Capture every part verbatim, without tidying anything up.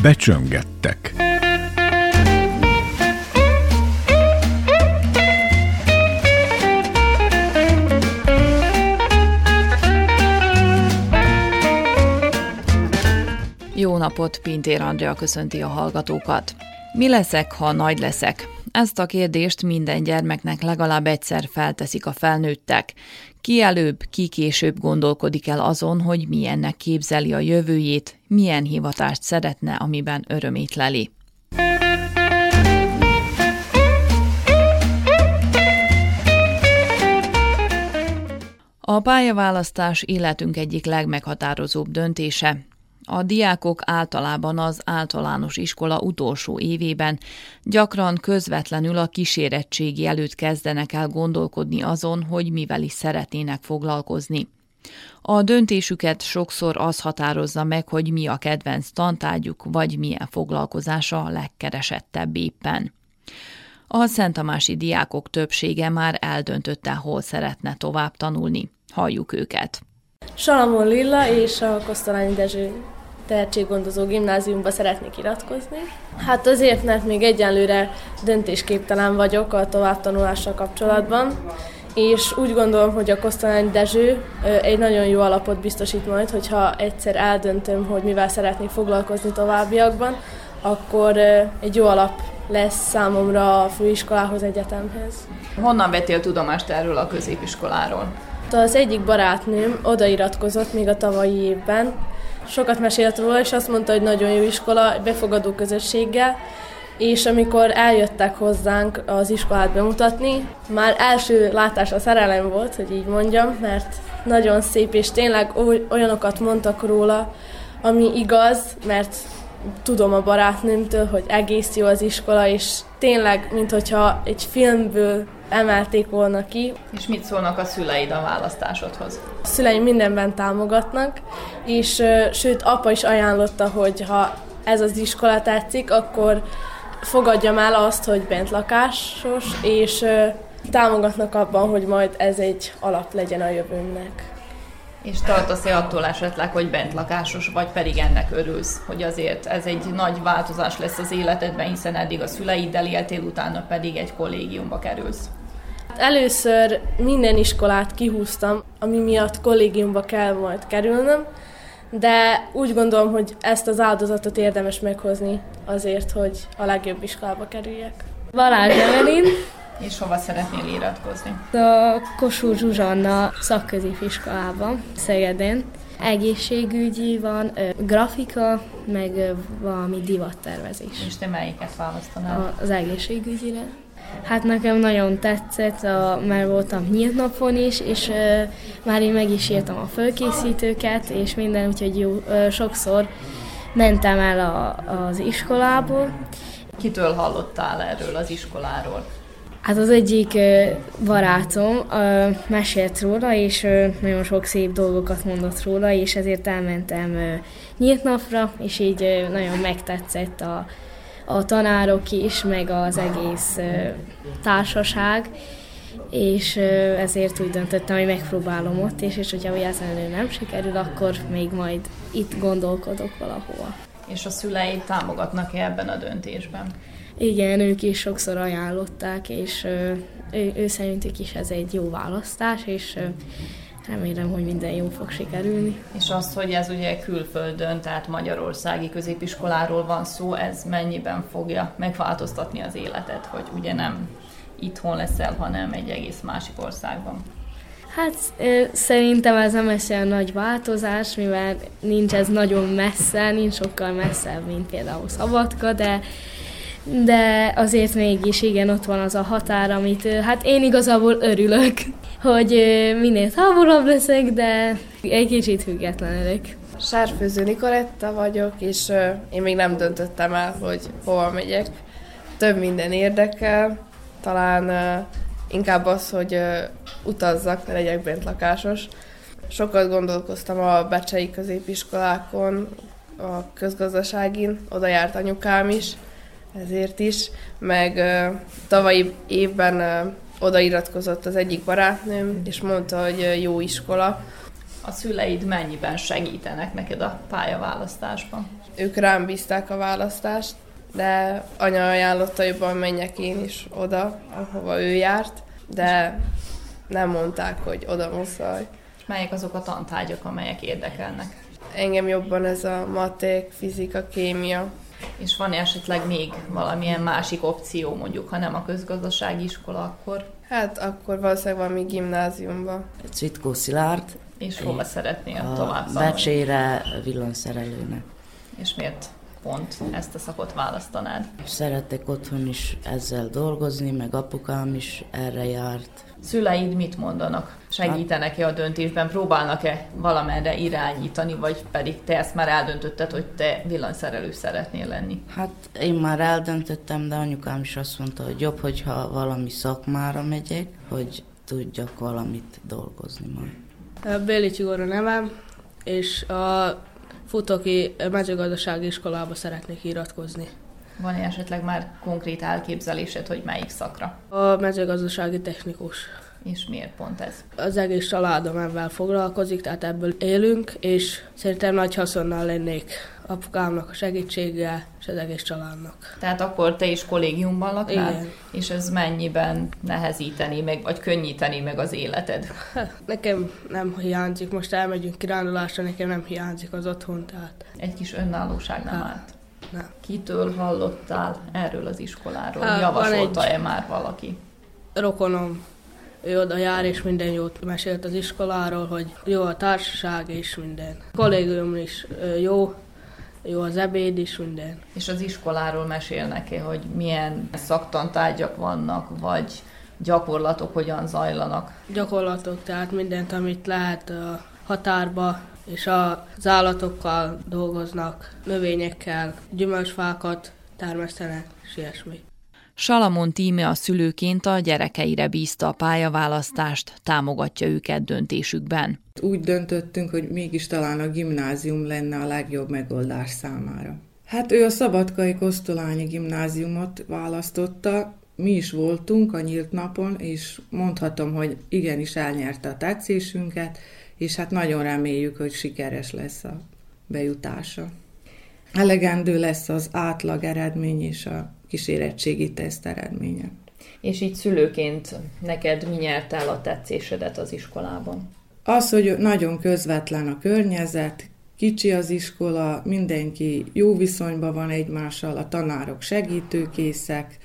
becsöngettek. Jó napot, Pintér Andrea köszönti a hallgatókat. Mi leszek, ha nagy leszek? Ezt a kérdést minden gyermeknek legalább egyszer felteszik a felnőttek. Ki előbb, ki később gondolkodik el azon, hogy milyennek képzeli a jövőjét, milyen hivatást szeretne, amiben örömét leli. A pályaválasztás életünk egyik legmeghatározóbb döntése. A diákok általában az általános iskola utolsó évében gyakran közvetlenül a kísérettségi előtt kezdenek el gondolkodni azon, hogy mivel is szeretnének foglalkozni. A döntésüket sokszor az határozza meg, hogy mi a kedvenc tantárgyuk, vagy milyen foglalkozása a legkeresettebb éppen. A szenttamási diákok többsége már eldöntötte, hol szeretne tovább tanulni. Halljuk őket. Salamon Lilla és a Kosztolányi Dezső tehetséggondozó gimnáziumba szeretnék iratkozni. Hát azért, mert még egyenlőre döntésképtelen vagyok a továbbtanulással kapcsolatban, és úgy gondolom, hogy a Kosztolányi Dezső egy nagyon jó alapot biztosít majd, hogyha egyszer eldöntöm, hogy mivel szeretnék foglalkozni továbbiakban, akkor egy jó alap lesz számomra a főiskolához, egyetemhez. Honnan vettél tudomást erről a középiskoláról? Az egyik barátnőm odairatkozott még a tavalyi évben, sokat mesélt róla, és azt mondta, hogy nagyon jó iskola, befogadó közösséggel, és amikor eljöttek hozzánk az iskolát bemutatni, már első látásra szerelem volt, hogy így mondjam, mert nagyon szép, és tényleg olyanokat mondtak róla, ami igaz, mert tudom a barátnőmtől, hogy egész jó az iskola, és tényleg, minthogyha egy filmből emelték volna ki. És mit szólnak a szüleid a választásodhoz? A szüleim mindenben támogatnak, és sőt, apa is ajánlotta, hogy ha ez az iskola tetszik, akkor fogadjam el azt, hogy bentlakásos, és támogatnak abban, hogy majd ez egy alap legyen a jövőmnek. És tartasz-e attól esetleg, hogy bentlakásos, vagy pedig ennek örülsz, hogy azért ez egy nagy változás lesz az életedben, hiszen eddig a szüleiddel éltél, utána pedig egy kollégiumba kerülsz? Először minden iskolát kihúztam, ami miatt kollégiumba kell majd kerülnöm, de úgy gondolom, hogy ezt az áldozatot érdemes meghozni azért, hogy a legjobb iskolába kerüljek. Balázs Evelin. És hova szeretnél iratkozni? A Kossuth Zsuzsanna szakközépiskolában, Szegeden. Egészségügyi van, grafika, meg valami divattervezés. És te melyiket választanál? Az egészségügyire. Hát nekem nagyon tetszett, a, mert voltam nyílt napon is, és uh, már én meg is írtam a fölkészítőket, és minden, úgyhogy jó, uh, sokszor mentem el a, az iskolából. Kitől hallottál erről az iskoláról? Hát az egyik uh, barátom uh, mesélt róla, és uh, nagyon sok szép dolgokat mondott róla, és ezért elmentem uh, nyílt napra, és így uh, nagyon megtetszett a a tanárok is, meg az egész uh, társaság, és uh, ezért úgy döntöttem, hogy megpróbálom ott, és, és hogyha véletlenül nem sikerül, akkor még majd itt gondolkodok valahol. És a szüleid támogatnak-e ebben a döntésben? Igen, ők is sokszor ajánlották, és uh, ő, ő szerintük is ez egy jó választás, és uh, remélem, hogy minden jó fog sikerülni. És az, hogy ez ugye külföldön, tehát magyarországi középiskoláról van szó, ez mennyiben fogja megváltoztatni az életet, hogy ugye nem itthon leszel, hanem egy egész másik országban? Hát szerintem ez nem lesz olyan nagy változás, mivel nincs ez nagyon messze, nincs sokkal messzebb, mint például Szabadka, de de azért mégis igen, ott van az a határ, amit hát én igazából örülök, hogy minél távolabb leszek, de egy kicsit függetlenülök. Sárfőző Nikoletta vagyok, és én még nem döntöttem el, hogy hova megyek. Több minden érdekel, talán inkább az, hogy utazzak, ne legyek bentlakásos. Sokat gondolkoztam a becsei középiskolákon, a közgazdaságin, oda járt anyukám is, ezért is, meg uh, tavalyi évben uh, odairatkozott az egyik barátnőm, és mondta, hogy uh, jó iskola. A szüleid mennyiben segítenek neked a pályaválasztásban? ők rám bízták a választást, de anya ajánlotta, jobban menjek én is oda, ahova ő járt, de nem mondták, hogy oda muszáj. És melyek azok a tantárgyak, amelyek érdekelnek? Engem jobban ez a maték, fizika, kémia. És van esetleg még valamilyen másik opció, mondjuk, ha nem a közgazdasági iskola, akkor? Hát akkor valószínűleg valami gimnáziumban. Cvitkó Szilárd. És hova szeretnél a tovább tanulni? Becsére villanyszerelőnek. És miért pont ezt a szakot választanád? Szeretek otthon is ezzel dolgozni, meg apukám is erre járt. Szüleid mit mondanak? Segítenek-e a döntésben? Próbálnak-e valamerre irányítani, vagy pedig te ezt már eldöntötted, hogy te villanyszerelő szeretnél lenni? Hát én már eldöntöttem, de anyukám is azt mondta, hogy jobb, hogyha valami szakmára megyek, hogy tudjak valamit dolgozni majd. Béli Tibor a nevem, és a Futóki mezőgazdasági iskolába szeretnék iratkozni. Van esetleg már konkrét elképzelésed, hogy melyik szakra? A mezőgazdasági technikus. És miért pont ez? Az egész családom ebben foglalkozik, tehát ebből élünk, és szerintem nagy haszonnal lennék apukámnak a segítséggel, és az egész családnak. Tehát akkor te is kollégiumban laknál? Igen. És ez mennyiben nehezíteni meg, vagy könnyíteni meg az életed? Nekem nem hiányzik, most elmegyünk kirándulásra, nekem nem hiányzik az otthon, tehát... Egy kis önállóság nem állt? Nem. Kitől hallottál erről az iskoláról? Hát, Javasolta-e egy... már valaki? Rokonom, ő oda jár, és minden jót mesélt az iskoláról, hogy jó a társaság, és minden. A kollégium is jó, jó az ebéd is, minden. És az iskoláról mesélnek-e, hogy milyen szaktantárgyak vannak, vagy gyakorlatok hogyan zajlanak? Gyakorlatok, tehát mindent, amit lehet a határba, és az állatokkal dolgoznak, növényekkel, gyümölcsfákat termesztenek, és ilyesmi. Salamon Tíme a szülőként a gyerekeire bízta a pályaválasztást, támogatja őket döntésükben. Úgy döntöttünk, hogy mégis talán a gimnázium lenne a legjobb megoldás számára. Hát ő a Szabadkai Kosztolányi Gimnáziumot választotta, mi is voltunk a nyílt napon, és mondhatom, hogy igenis elnyerte a tetszésünket, és hát nagyon reméljük, hogy sikeres lesz a bejutása. Elegendő lesz az átlag eredmény és a kísérettségi teszt eredménye. És így szülőként neked mi nyert el a tetszésedet az iskolában? Az, hogy nagyon közvetlen a környezet, kicsi az iskola, mindenki jó viszonyban van egymással, a tanárok segítőkészek,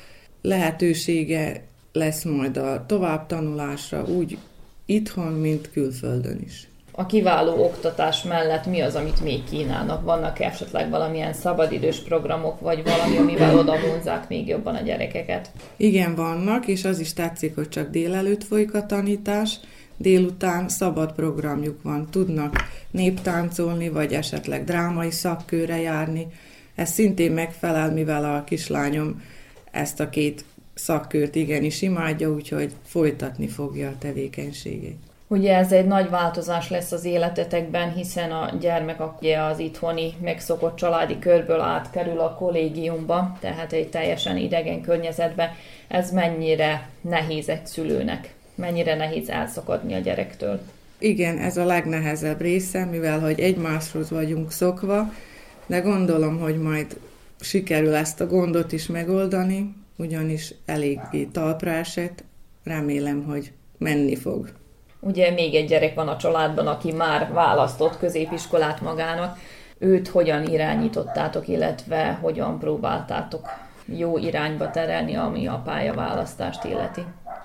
lehetősége lesz majd a továbbtanulásra úgy itthon, mint külföldön is. A kiváló oktatás mellett mi az, amit még kínálnak? Vannak esetleg valamilyen szabadidős programok, vagy valami, amivel oda vonzzák még jobban a gyerekeket? Igen, vannak, és az is tetszik, hogy csak délelőtt folyik a tanítás, délután szabad programjuk van, tudnak néptáncolni, vagy esetleg drámai szakkörre járni. Ez szintén megfelel, mivel a kislányom ezt a két szakkört igenis imádja, úgyhogy folytatni fogja a tevékenységét. Ugye ez egy nagy változás lesz az életetekben, hiszen a gyermek ugye az itthoni megszokott családi körből átkerül a kollégiumba, tehát egy teljesen idegen környezetbe. Ez mennyire nehéz egy szülőnek? Mennyire nehéz elszakadni a gyerektől? Igen, ez a legnehezebb része, mivel hogy egymáshoz vagyunk szokva, de gondolom, hogy majd sikerül ezt a gondot is megoldani, ugyanis eléggé talpra esett, remélem, hogy menni fog. Ugye még egy gyerek van a családban, aki már választott középiskolát magának. Őt hogyan irányítottátok, illetve hogyan próbáltátok jó irányba terelni, ami a pályaválasztást illeti?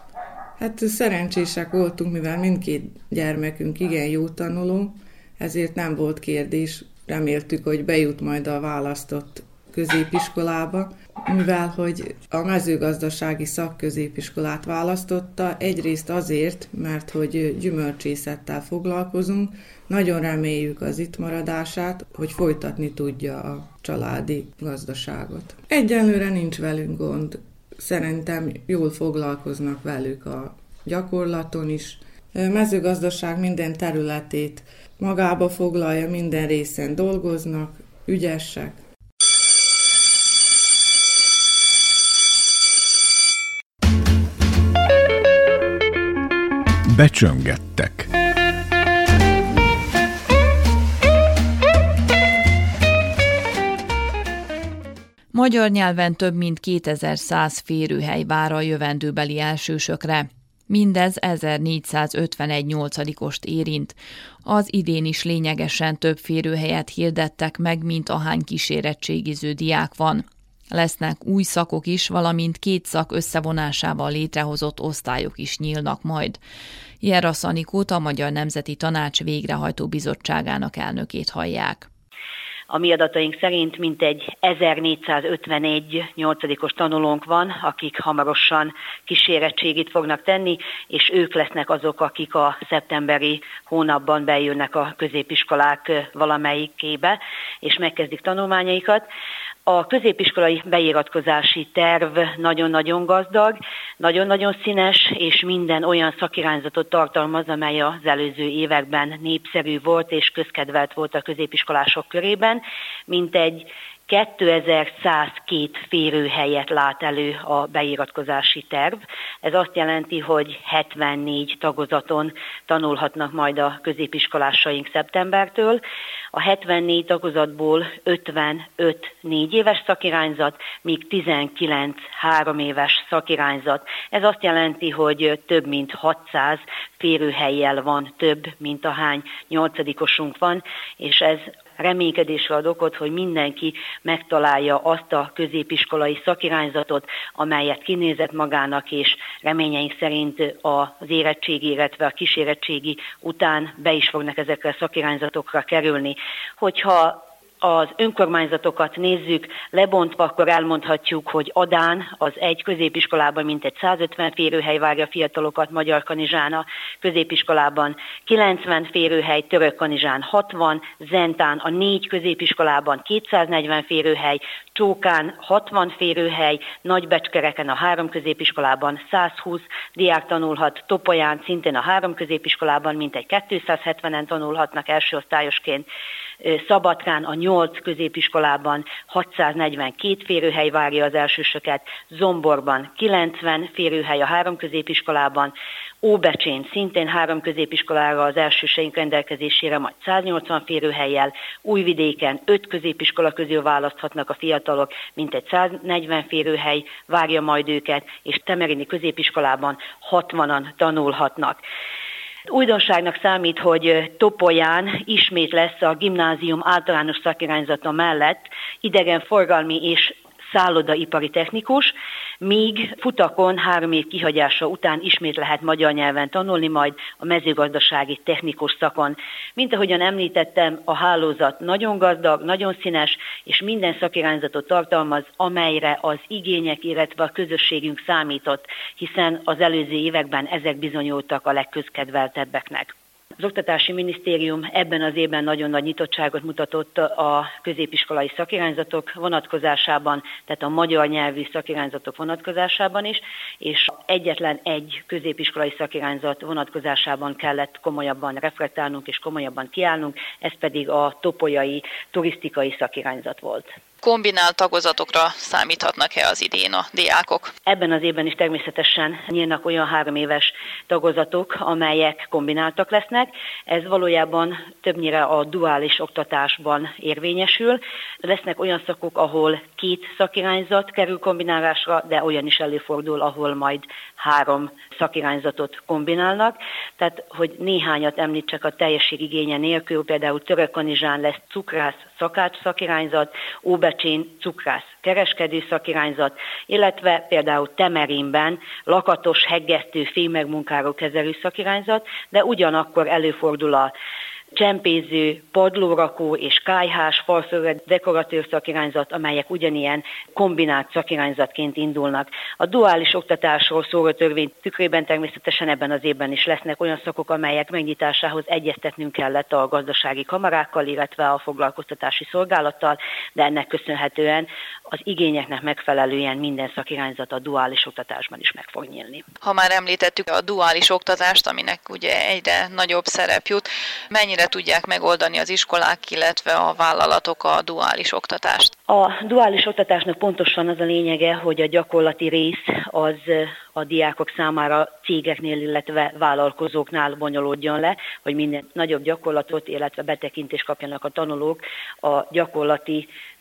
Hát szerencsések voltunk, mivel mindkét gyermekünk igen jó tanuló, ezért nem volt kérdés, reméltük, hogy bejut majd a választott középiskolába, mivel hogy a mezőgazdasági szakközépiskolát választotta, egyrészt azért, mert hogy gyümölcsészettel foglalkozunk, nagyon reméljük az itt maradását, hogy folytatni tudja a családi gazdaságot. Egyelőre nincs velünk gond, szerintem jól foglalkoznak velük a gyakorlaton is. A mezőgazdaság minden területét magába foglalja, minden részen dolgoznak, ügyesek. Becsöngettek. Magyar nyelven több mint kétezer-száz férőhely vár a jövendőbeli elsősökre. Mindez ezernégyszázötvenegy nyolcadikost érint. Az idén is lényegesen több férőhelyet hirdettek meg, mint ahány kísérettségiző diák van. Lesznek új szakok is, valamint két szak összevonásával létrehozott osztályok is nyílnak majd. Jerasz Anikót, a Magyar Nemzeti Tanács végrehajtó bizottságának elnökét hallják. A mi adataink szerint mintegy ezernégyszázötvenegy nyolcadikos tanulónk van, akik hamarosan kísérettségit fognak tenni, és ők lesznek azok, akik a szeptemberi hónapban bejönnek a középiskolák valamelyikébe, és megkezdik tanulmányaikat. A középiskolai beiratkozási terv nagyon-nagyon gazdag, nagyon-nagyon színes, és minden olyan szakirányzatot tartalmaz, amely az előző években népszerű volt és közkedvelt volt a középiskolások körében, mint egy kétezer-százkettő férőhelyet lát elő a beiratkozási terv. Ez azt jelenti, hogy hetvennégy tagozaton tanulhatnak majd a középiskolásaink szeptembertől. A hetvennégy tagozatból ötvenöt négy éves szakirányzat, míg tizenkilenc három éves szakirányzat. Ez azt jelenti, hogy több mint hatszáz férőhellyel van több, mint ahány nyolcadikosunk van, és ez reménykedésre ad okot, hogy mindenki megtalálja azt a középiskolai szakirányzatot, amelyet kinézett magának, és reményeink szerint az érettségi, illetve a kísérettségi után be is fognak ezekre a szakirányzatokra kerülni. Hogyha az önkormányzatokat nézzük, lebontva, akkor elmondhatjuk, hogy Adán az egy középiskolában mintegy százötven férőhely várja a fiatalokat, Magyarkanizsán a középiskolában kilencven férőhely, Törökkanizsán hatvan, Zentán a négy középiskolában kétszáznegyven férőhely, Csókán hatvan férőhely, Nagybecskereken a három középiskolában százhúsz diák tanulhat, Topolyán szintén a három középiskolában mintegy kétszázhetvenen tanulhatnak elsőosztályosként, Szabadkán a nyolc középiskolában hatszáznegyvenkét férőhely várja az elsősöket, Zomborban kilencven férőhely a három középiskolában, Óbecsén szintén három középiskolára az elsőseink rendelkezésére, majd száznyolcvan férőhellyel, Újvidéken öt középiskola közül választhatnak a fiatalok, mintegy száznegyven férőhely várja majd őket, és Temerini középiskolában hatvanan tanulhatnak. Újdonságnak számít, hogy Topolyán ismét lesz a gimnázium általános szakirányzata mellett idegenforgalmi és szállodaipari technikus, míg Futakon három év kihagyása után ismét lehet magyar nyelven tanulni, majd a mezőgazdasági technikus szakon. Mint ahogyan említettem, a hálózat nagyon gazdag, nagyon színes, és minden szakirányzatot tartalmaz, amelyre az igények, illetve a közösségünk számított, hiszen az előző években ezek bizonyultak a legközkedveltebbeknek. Az Oktatási Minisztérium ebben az évben nagyon nagy nyitottságot mutatott a középiskolai szakirányzatok vonatkozásában, tehát a magyar nyelvű szakirányzatok vonatkozásában is, és egyetlen egy középiskolai szakirányzat vonatkozásában kellett komolyabban reflektálnunk és komolyabban kiállnunk, ez pedig a topolyai turisztikai szakirányzat volt. Kombinált tagozatokra számíthatnak-e az idén a diákok? Ebben az évben is természetesen nyílnak olyan három éves tagozatok, amelyek kombináltak lesznek. Ez valójában többnyire a duális oktatásban érvényesül. Lesznek olyan szakok, ahol két szakirányzat kerül kombinálásra, de olyan is előfordul, ahol majd három szakirányzatot kombinálnak. Tehát, hogy néhányat említsek a teljesség igénye nélkül, például Törökkanizsán lesz cukrász szakács szakirányzat, Óbecsén cukrász kereskedő szakirányzat, illetve például Temerinben lakatos, heggesztő, fémmegmunkáló kezelő szakirányzat, de ugyanakkor előfordul a csempéző, padlórakó és kályhás, falföldet dekoratőr szakirányzat, amelyek ugyanilyen kombinált szakirányzatként indulnak. A duális oktatásról szóló törvény tükrében természetesen ebben az évben is lesznek olyan szakok, amelyek megnyitásához egyeztetnünk kellett a gazdasági kamarákkal, illetve a foglalkoztatási szolgálattal, de ennek köszönhetően az igényeknek megfelelően minden szakirányzat a duális oktatásban is meg fog nyílni. Ha már említettük a duális oktatást, aminek ugye egyre nagyobb szerep jut, mennyire tudják megoldani az iskolák, illetve a vállalatok a duális oktatást? A duális oktatásnak pontosan az a lényege, hogy a gyakorlati rész az a diákok számára cégeknél, illetve vállalkozóknál bonyolódjon le, hogy minden nagyobb gyakorlatot, illetve betekintést kapjanak a tanulók a gyakorlati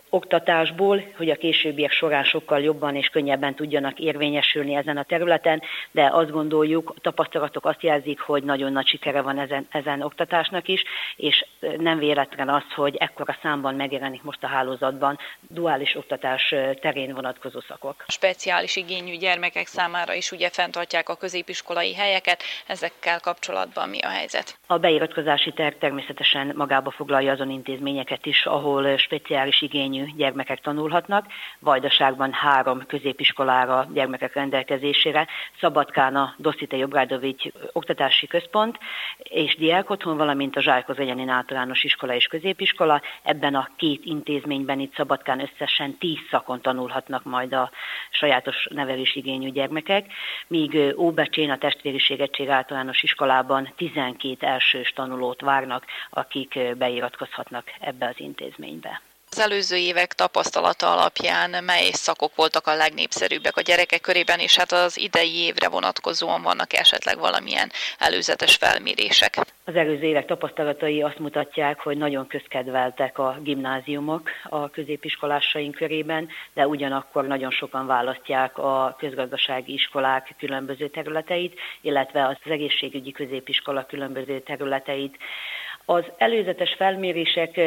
oktatásból, hogy a későbbiek során sokkal jobban és könnyebben tudjanak érvényesülni ezen a területen, de azt gondoljuk, a tapasztalatok azt jelzik, hogy nagyon nagy sikere van ezen, ezen oktatásnak is, és nem véletlen az, hogy ekkora számban megjelenik most a hálózatban duális oktatás terén vonatkozó szakok. A speciális igényű gyermekek számára is ugye fenntartják a középiskolai helyeket, ezekkel kapcsolatban mi a helyzet? A beiratkozási terv természetesen magába foglalja azon intézményeket is, ahol speciális igényű gyermekek tanulhatnak. Vajdaságban három középiskolára gyermekek rendelkezésére, Szabadkán a Dositej Obradovics oktatási központ és diákotthon, valamint a Zsárkoz-Egyenin általános iskola és középiskola. Ebben a két intézményben itt Szabadkán összesen tíz szakon tanulhatnak majd a sajátos nevelésigényű gyermekek, míg Óbecsén a Testvériség Egység általános iskolában tizenkét elsős tanulót várnak, akik beiratkozhatnak ebbe az intézménybe. Az előző évek tapasztalata alapján mely szakok voltak a legnépszerűbbek a gyerekek körében, és hát az idei évre vonatkozóan vannak esetleg valamilyen előzetes felmérések? Az előző évek tapasztalatai azt mutatják, hogy nagyon közkedveltek a gimnáziumok a középiskolásaink körében, de ugyanakkor nagyon sokan választják a közgazdasági iskolák különböző területeit, illetve az egészségügyi középiskola különböző területeit. Az előzetes felmérések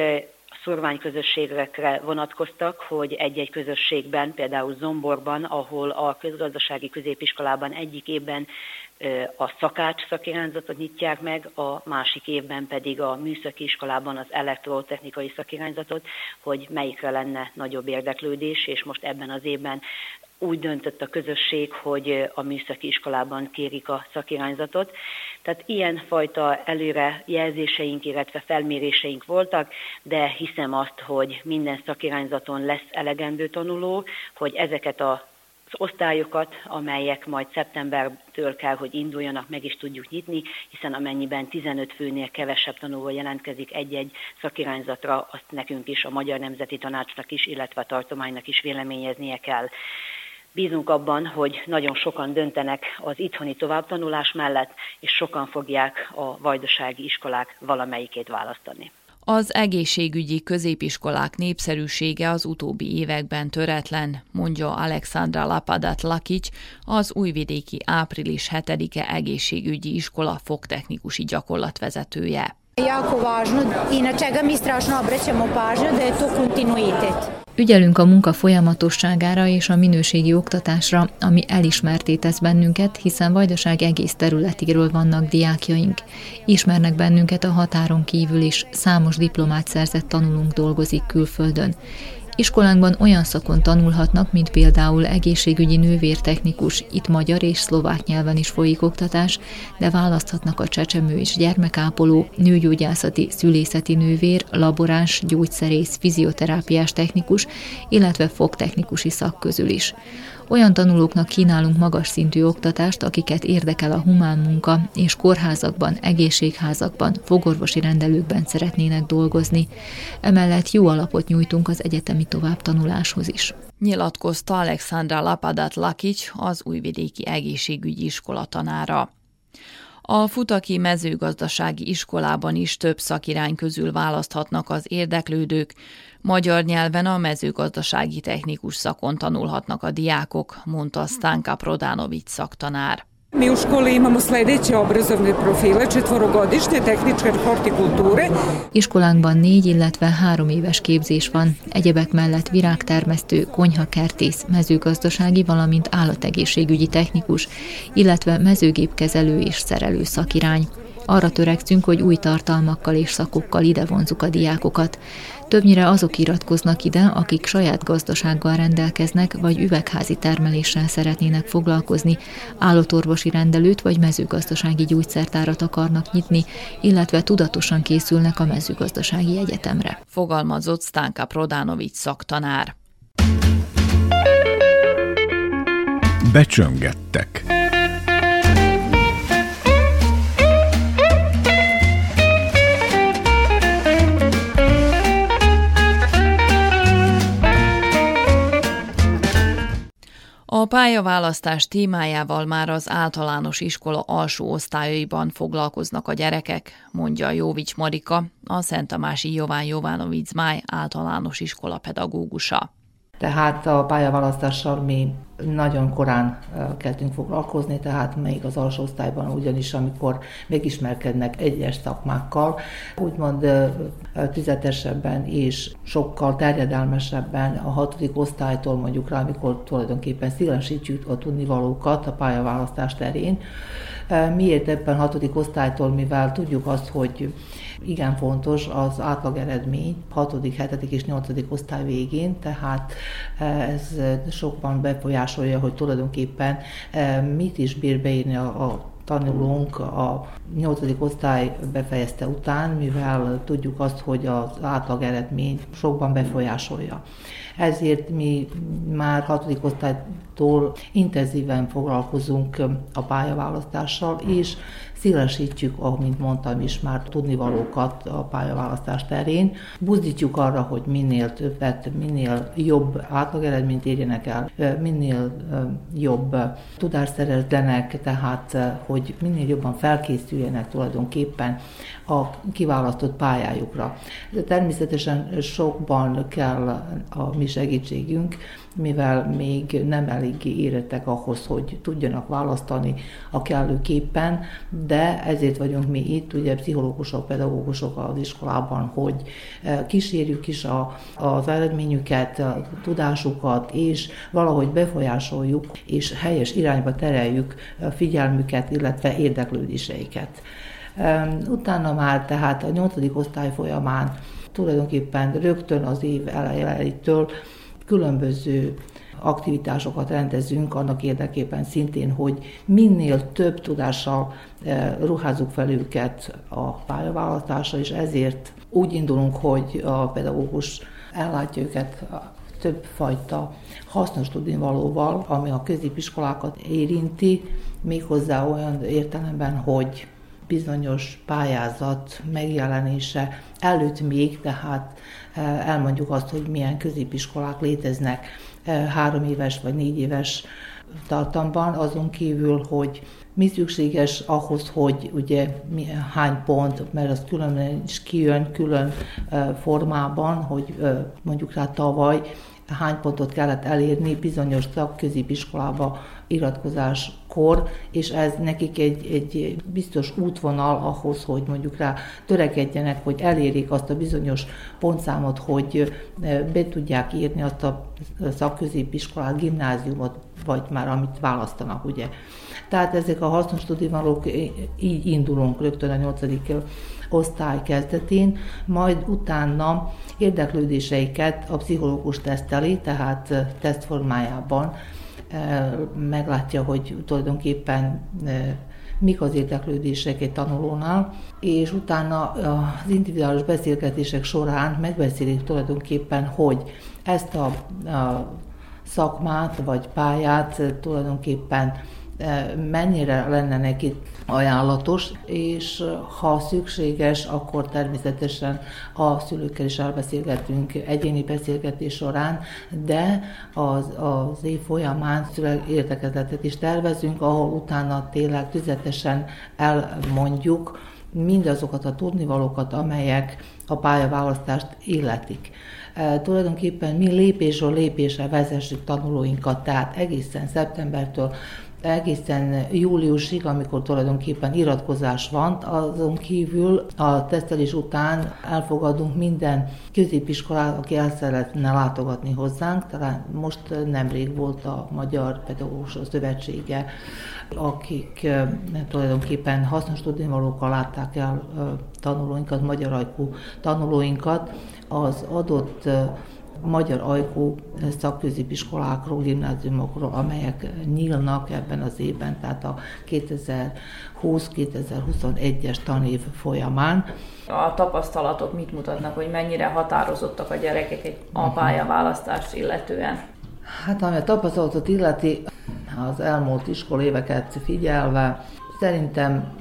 szorványközösségekre vonatkoztak, hogy egy-egy közösségben, például Zomborban, ahol a közgazdasági középiskolában egyik évben a szakács szakirányzatot nyitják meg, a másik évben pedig a műszaki iskolában az elektrotechnikai szakirányzatot, hogy melyikre lenne nagyobb érdeklődés, és most ebben az évben úgy döntött a közösség, hogy a műszaki iskolában kérik a szakirányzatot. Tehát ilyenfajta előrejelzéseink, illetve felméréseink voltak, de hiszem azt, hogy minden szakirányzaton lesz elegendő tanuló, hogy ezeket a az osztályokat, amelyek majd szeptembertől kell, hogy induljanak, meg is tudjuk nyitni, hiszen amennyiben tizenöt főnél kevesebb tanuló jelentkezik egy-egy szakirányzatra, azt nekünk is, a Magyar Nemzeti Tanácsnak is, illetve a tartománynak is véleményeznie kell. Bízunk abban, hogy nagyon sokan döntenek az itthoni továbbtanulás mellett, és sokan fogják a vajdasági iskolák valamelyikét választani. Az egészségügyi középiskolák népszerűsége az utóbbi években töretlen, mondja Alexandra Lapadat-Lakic, az újvidéki április hetedike egészségügyi iskola fogtechnikusi gyakorlatvezetője. Ügyelünk a munka folyamatosságára és a minőségi oktatásra, ami elismertté tesz bennünket, hiszen Vajdaság egész területéről vannak diákjaink. Ismernek bennünket a határon kívül is, számos diplomát szerzett tanulónk dolgozik külföldön. Iskolánkban olyan szakon tanulhatnak, mint például egészségügyi nővértechnikus, itt magyar és szlovák nyelven is folyik oktatás, de választhatnak a csecsemő és gyermekápoló, nőgyógyászati, szülészeti nővér, laboráns, gyógyszerész, fizioterápiás technikus, illetve fogtechnikusi szak közül is. Olyan tanulóknak kínálunk magas szintű oktatást, akiket érdekel a humán munka, és kórházakban, egészségházakban, fogorvosi rendelőkben szeretnének dolgozni. Emellett jó alapot nyújtunk az egyetemi továbbtanuláshoz is. Nyilatkozta Alexandra Lapadat-Lakic, az újvidéki egészségügyi iskola tanára. A Futaki mezőgazdasági iskolában is több szakirány közül választhatnak az érdeklődők. Magyar nyelven a mezőgazdasági technikus szakon tanulhatnak a diákok, mondta Stanka Prodanović szaktanár. Mi u školi imamo sledeće obrazovne profile, četvorogodišnje tehničke hortikulture. Iskolánkban négy, illetve három éves képzés van. Egyebek mellett virágtermesztő, konyhakertész, mezőgazdasági, valamint állategészségügyi technikus, illetve mezőgépkezelő és szerelő szakirány. Arra törekszünk, hogy új tartalmakkal és szakokkal ide vonzuk a diákokat. Többnyire azok iratkoznak ide, akik saját gazdasággal rendelkeznek, vagy üvegházi termeléssel szeretnének foglalkozni, állatorvosi rendelőt vagy mezőgazdasági gyógyszertárat akarnak nyitni, illetve tudatosan készülnek a mezőgazdasági egyetemre. Fogalmazott Stanka Prodanović szaktanár. Becsöngettek. A pályaválasztás témájával már az általános iskola alsó osztályaiban foglalkoznak a gyerekek, mondja Jóvics Marika, a Szent Tamási Jován Jovanovic Zmály általános iskola pedagógusa. Tehát a pályaválasztással mi nagyon korán kezdünk foglalkozni, tehát még az alsó osztályban, ugyanis amikor megismerkednek egyes szakmákkal, úgymond tüzetesebben és sokkal terjedelmesebben a hatodik osztálytól mondjuk rá, amikor tulajdonképpen szélesítjük a tudnivalókat a pályaválasztás terén. Miért ebben hatodik osztálytól, mivel tudjuk azt, hogy igen fontos az átlag eredmény hatodik, hetedik és nyolcadik osztály végén, tehát ez sokban befolyásolja, hogy tulajdonképpen mit is bír beírni a, a tanulónk a nyolcadik osztály befejezte után, mivel tudjuk azt, hogy az átlag eredmény sokban befolyásolja. Ezért mi már hatodik osztálytól intenzíven foglalkozunk a pályaválasztással, és szélesítjük, mint mondtam is, már tudnivalókat a pályaválasztás terén. Buzdítjuk arra, hogy minél többet, minél jobb átlageredményt érjenek el, minél jobb tudást szerezzenek, tehát hogy minél jobban felkészüljenek tulajdonképpen a kiválasztott pályájukra. De természetesen sokban kell a mi segítségünk, mivel még nem eléggé érettek ahhoz, hogy tudjanak választani a kellőképpen, de ezért vagyunk mi itt, ugye pszichológusok, pedagógusok az iskolában, hogy kísérjük is a, az eredményüket, a tudásukat, és valahogy befolyásoljuk, és helyes irányba tereljük a figyelmüket, illetve érdeklődéseiket. Utána már tehát a nyolcadik osztály folyamán tulajdonképpen rögtön az év elejétől különböző aktivitásokat rendezünk annak érdekében szintén, hogy minél több tudással ruházzuk fel őket a pályaválasztásra, és ezért úgy indulunk, hogy a pedagógus ellátja őket több fajta hasznos tudnivalóval, ami a középiskolákat érinti, méghozzá olyan értelemben, hogy bizonyos pályázat megjelenése előtt még, tehát elmondjuk azt, hogy milyen középiskolák léteznek három éves vagy négy éves tartamban, azon kívül, hogy mi szükséges ahhoz, hogy ugye hány pont, mert az külön is kijön külön formában, hogy mondjuk rá tavaly hány pontot kellett elérni bizonyos szakközépiskolába iratkozáskor, és ez nekik egy, egy biztos útvonal ahhoz, hogy mondjuk rá törekedjenek, hogy elérjék azt a bizonyos pontszámot, hogy be tudják írni azt a szakközépiskolát, gimnáziumot, vagy már amit választanak, ugye. Tehát ezek a hasznos tudnivalók, így indulunk rögtön a nyolcadik osztály kezdetén, majd utána érdeklődéseiket a pszichológus teszteli, tehát tesztformájában meglátja, hogy tulajdonképpen mik az érdeklődések egy tanulónál, és utána az individuális beszélgetések során megbeszélik tulajdonképpen, hogy ezt a, a szakmát vagy pályát tulajdonképpen mennyire lenne neki ajánlatos, és ha szükséges, akkor természetesen a szülőkkel is elbeszélgetünk egyéni beszélgetés során, de az, az év folyamán szövegértekezletet is tervezünk, ahol utána tényleg tüzetesen elmondjuk mindazokat a tudnivalókat, amelyek a pályaválasztást illetik. E, tulajdonképpen mi lépésről lépésre vezessük tanulóinkat, tehát egészen szeptembertől egészen júliusig, amikor tulajdonképpen iratkozás van, azon kívül a tesztelés után elfogadunk minden középiskolát, aki el szeretne látogatni hozzánk. Talán most nemrég volt a Magyar Pedagógusok Szövetsége, akik tulajdonképpen hasznos tudnivalókkal látták el tanulóinkat, magyar ajkú tanulóinkat az adott magyar ajkú szakközépiskolákról, gimnáziumokról, amelyek nyílnak ebben az évben, tehát a kétezer-húsz kétezer-huszonegyes tanév folyamán. A tapasztalatok mit mutatnak, hogy mennyire határozottak a gyerekek egy a pályaválasztást illetően? Hát ami a tapasztalatot illeti, az elmúlt iskoléveket figyelve, szerintem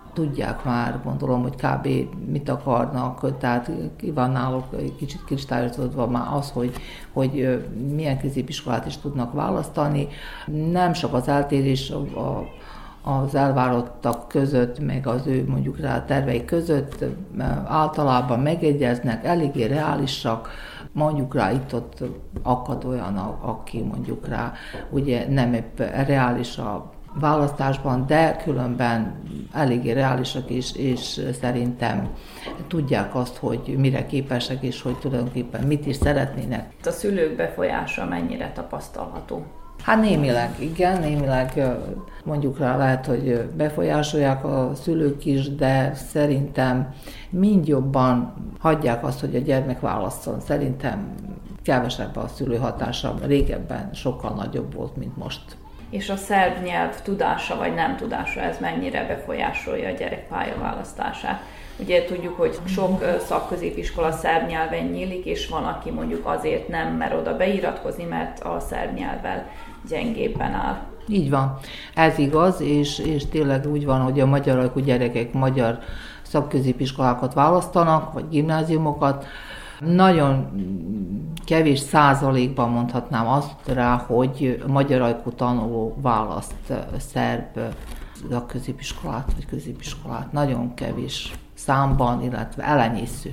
tudják már, gondolom, hogy kb. Mit akarnak, tehát ki van náluk kicsit kristályosodva már az, hogy, hogy milyen középiskolát is tudnak választani. Nem sok az eltérés a, az elvárottak között, meg az ő mondjuk rá tervei között, általában megegyeznek, eléggé reálisak, mondjuk rá itt-ott akad olyan, aki mondjuk rá ugye nem épp reális a választásban, de különben eléggé reálisak is, és szerintem tudják azt, hogy mire képesek, és hogy tulajdonképpen mit is szeretnének. A szülők befolyása mennyire tapasztalható? Hát némileg, igen, némileg mondjuk rá lehet, hogy befolyásolják a szülők is, de szerintem mind jobban hagyják azt, hogy a gyermek válasszon. Szerintem kevesebb a szülő hatása, régebben sokkal nagyobb volt, mint most. És a szerb nyelv tudása vagy nem tudása, ez mennyire befolyásolja a gyerek pályaválasztását? Ugye tudjuk, hogy sok szakközépiskola szerb nyelven nyílik, és van, aki mondjuk azért nem mer oda beiratkozni, mert a szerb nyelvvel gyengébben áll. Így van. Ez igaz, és, és tényleg úgy van, hogy a magyar ajkú gyerekek magyar szakközépiskolákat választanak, vagy gimnáziumokat. Nagyon kevés százalékban mondhatnám azt rá, hogy magyar ajkú tanuló választ szerb szakközépiskolát vagy középiskolát. Nagyon kevés számban, illetve elenyésző.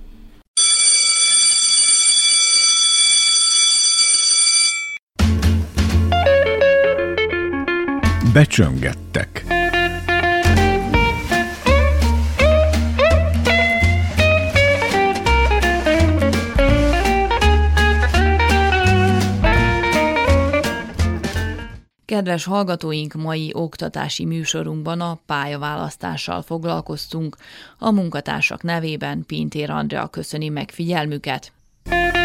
Becsöngettek. Kedves hallgatóink, mai oktatási műsorunkban a pályaválasztással foglalkoztunk. A munkatársak nevében Pintér Andrea köszöni meg figyelmüket.